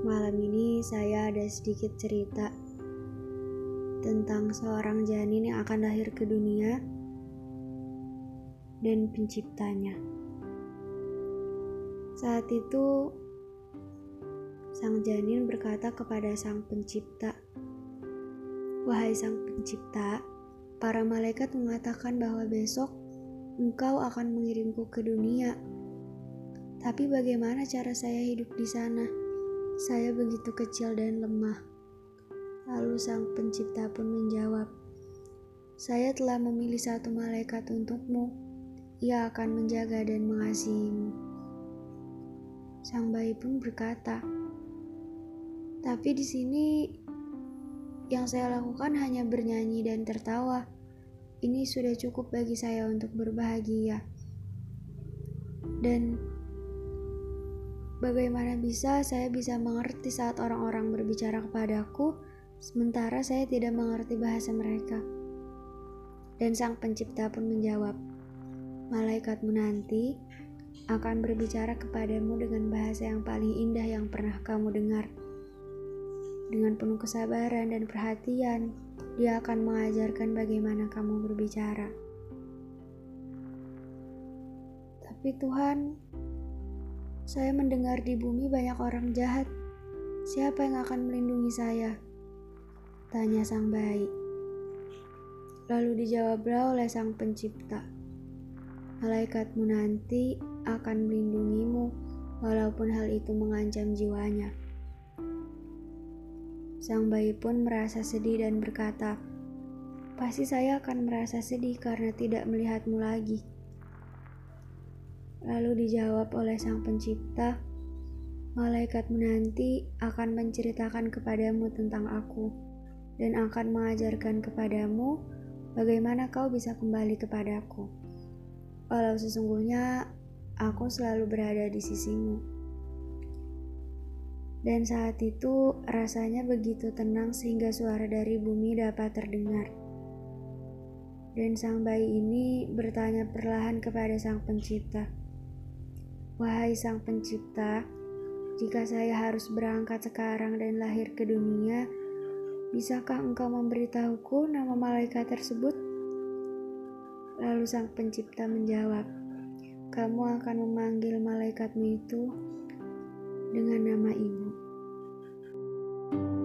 Malam ini saya ada sedikit cerita tentang seorang janin yang akan lahir ke dunia dan penciptanya. Saat itu, sang janin berkata kepada sang pencipta, "Wahai sang pencipta, para malaikat mengatakan bahwa besok engkau akan mengirimku ke dunia. Tapi bagaimana cara saya hidup di sana? Saya begitu kecil dan lemah." Lalu sang pencipta pun menjawab, "Saya telah memilih satu malaikat untukmu. Ia akan menjaga dan mengasihimu." Sang bayi pun berkata, "Tapi di sini yang saya lakukan hanya bernyanyi dan tertawa. Ini sudah cukup bagi saya untuk berbahagia. Dan bagaimana saya bisa mengerti saat orang-orang berbicara kepadaku, sementara saya tidak mengerti bahasa mereka?" Dan sang pencipta pun menjawab, "Malaikatmu nanti akan berbicara kepadamu dengan bahasa yang paling indah yang pernah kamu dengar. Dengan penuh kesabaran dan perhatian, dia akan mengajarkan bagaimana kamu berbicara." "Tapi Tuhan, saya mendengar di bumi banyak orang jahat. Siapa yang akan melindungi saya?" tanya sang bayi. Lalu dijawablah oleh sang pencipta, "Malaikatmu nanti akan melindungimu, walaupun hal itu mengancam jiwanya." Sang bayi pun merasa sedih dan berkata, "Pasti saya akan merasa sedih karena tidak melihatmu lagi." Lalu dijawab oleh sang pencipta, "Malaikatmu nanti akan menceritakan kepadamu tentang aku, dan akan mengajarkan kepadamu bagaimana kau bisa kembali kepadaku. Walau sesungguhnya aku selalu berada di sisimu." Dan saat itu rasanya begitu tenang sehingga suara dari bumi dapat terdengar. Dan sang bayi ini bertanya perlahan kepada sang pencipta, "Wahai sang pencipta, jika saya harus berangkat sekarang dan lahir ke dunia, bisakah engkau memberitahuku nama malaikat tersebut?" Lalu sang pencipta menjawab, "Kamu akan memanggil malaikatmu itu dengan nama ibu."